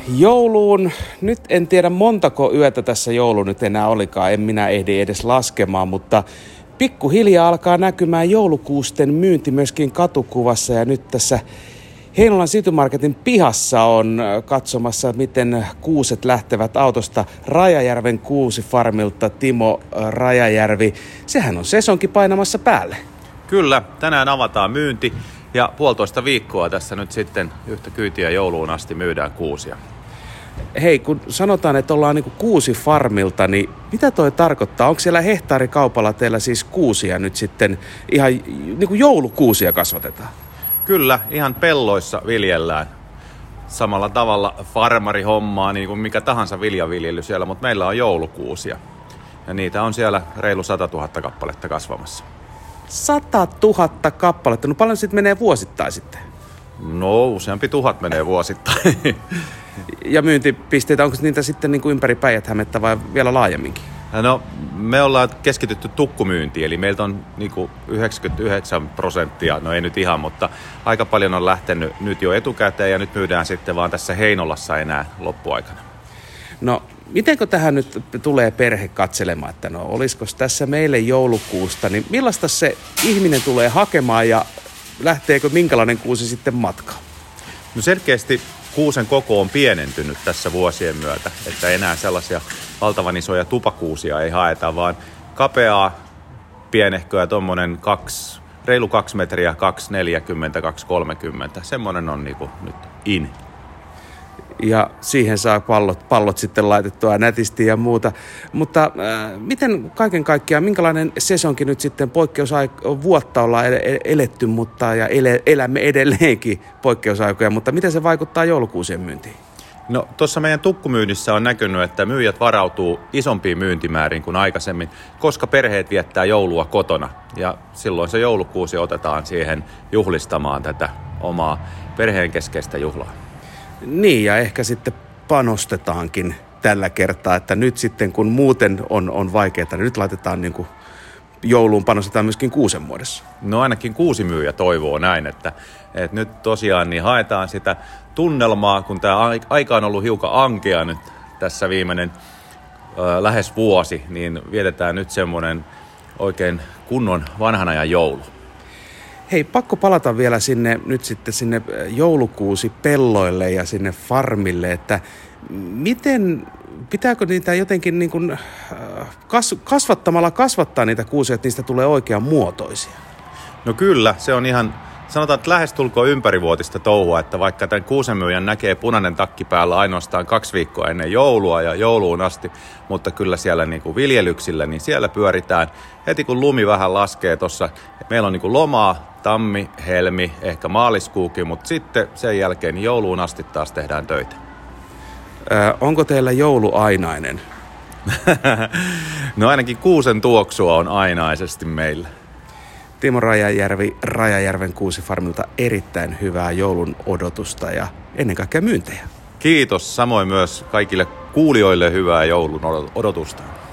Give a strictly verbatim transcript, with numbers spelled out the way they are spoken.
Jouluun, nyt en tiedä montako yötä tässä joulu nyt enää olikaan, en minä ehdi edes laskemaan, mutta pikkuhiljaa alkaa näkymään joulukuusten myynti myöskin katukuvassa ja nyt tässä Heinolan City Marketin pihassa on katsomassa, miten kuuset lähtevät autosta Rajajärven kuusifarmilta. Timo Rajajärvi, sehän on sesonki painamassa päälle. Kyllä, tänään avataan myynti ja puolitoista viikkoa tässä nyt sitten yhtä kyytiä jouluun asti myydään kuusia. Hei, kun sanotaan, että ollaan niinku kuusifarmilta, niin mitä toi tarkoittaa? Onko siellä hehtaarikaupalla teillä siis kuusia nyt sitten, ihan niinku joulukuusia kasvatetaan? Kyllä, ihan pelloissa viljellään. Samalla tavalla farmari hommaa niin kuin mikä tahansa viljaviljely siellä, mutta meillä on joulukuusia. Ja niitä on siellä reilu sata tuhatta kappaletta kasvamassa. Sata tuhatta kappaletta, no paljon sitten menee vuosittain sitten? No useampi tuhat menee vuosittain. Ja myyntipisteitä, onko niitä sitten niin kuin ympäri Päijät-Hämettä vai vielä laajemminkin? No me ollaan keskitytty tukkumyyntiin, eli meiltä on niin kuin yhdeksänkymmentäyhdeksän prosenttia, no ei nyt ihan, mutta aika paljon on lähtenyt nyt jo etukäteen ja nyt myydään sitten vaan tässä Heinolassa enää loppuaikana. No mitenkö tähän nyt tulee perhe katselemaan, että no olisiko tässä meille joulukuusta, niin millaista se ihminen tulee hakemaan ja lähteekö minkälainen kuusi sitten matkaan? No selkeästi kuusen koko on pienentynyt tässä vuosien myötä, että enää sellaisia valtavan isoja tupakuusia ei haeta, vaan kapeaa, pienehköä, tuommoinen kaksi, reilu kaksi metriä, kaksi neljäkymmentä, kaksi kolmekymmentä, semmoinen on niinku nyt in. Ja siihen saa pallot, pallot sitten laitettua nätisti ja muuta. Mutta äh, miten kaiken kaikkiaan, minkälainen sesonki nyt sitten poikkeusvuotta ollaan eletty, mutta ja ele, elämme edelleenkin poikkeusaikoja, mutta miten se vaikuttaa joulukuusien myyntiin? No tuossa meidän tukkumyynnissä on näkynyt, että myyjät varautuu isompiin myyntimääriin kuin aikaisemmin, koska perheet viettää joulua kotona. Ja silloin se joulukuusi otetaan siihen juhlistamaan tätä omaa perheen keskeistä juhlaa. Niin, ja ehkä sitten panostetaankin tällä kertaa, että nyt sitten kun muuten on, on vaikeaa, niin nyt laitetaan niin kuin jouluun panostetaan myöskin kuusen muodossa. No ainakin kuusimyyjä toivoo näin, että, että nyt tosiaan niin haetaan sitä tunnelmaa, kun tämä aika on ollut hiukan ankea nyt tässä viimeinen ö, lähes vuosi, niin vietetään nyt semmoinen oikein kunnon vanhan ajan joulu. Hei, pakko palata vielä sinne nyt sitten sinne joulukuusi pelloille ja sinne farmille, että miten, pitääkö niitä jotenkin niin kuin kasvattamalla kasvattaa niitä kuusia, että niistä tulee oikean muotoisia? No kyllä, se on ihan, sanotaan, että lähestulkoon ympärivuotista touhua, että vaikka tämän kuusenmyyjän näkee punainen takki päällä ainoastaan kaksi viikkoa ennen joulua ja jouluun asti, mutta kyllä siellä niin kuin viljelyksillä, niin siellä pyöritään heti kun lumi vähän laskee tuossa. Meillä on niin kuin lomaa, tammi, helmi, ehkä maaliskuukin, mutta sitten sen jälkeen niin jouluun asti taas tehdään töitä. Ö, onko teillä joulu ainainen? No ainakin kuusen tuoksua on ainaisesti meillä. Timo Rajajärvi Rajajärven kuusifarmilta erittäin hyvää joulun odotusta ja ennen kaikkea myyntejä. Kiitos, samoin myös kaikille kuulijoille hyvää joulun odotusta.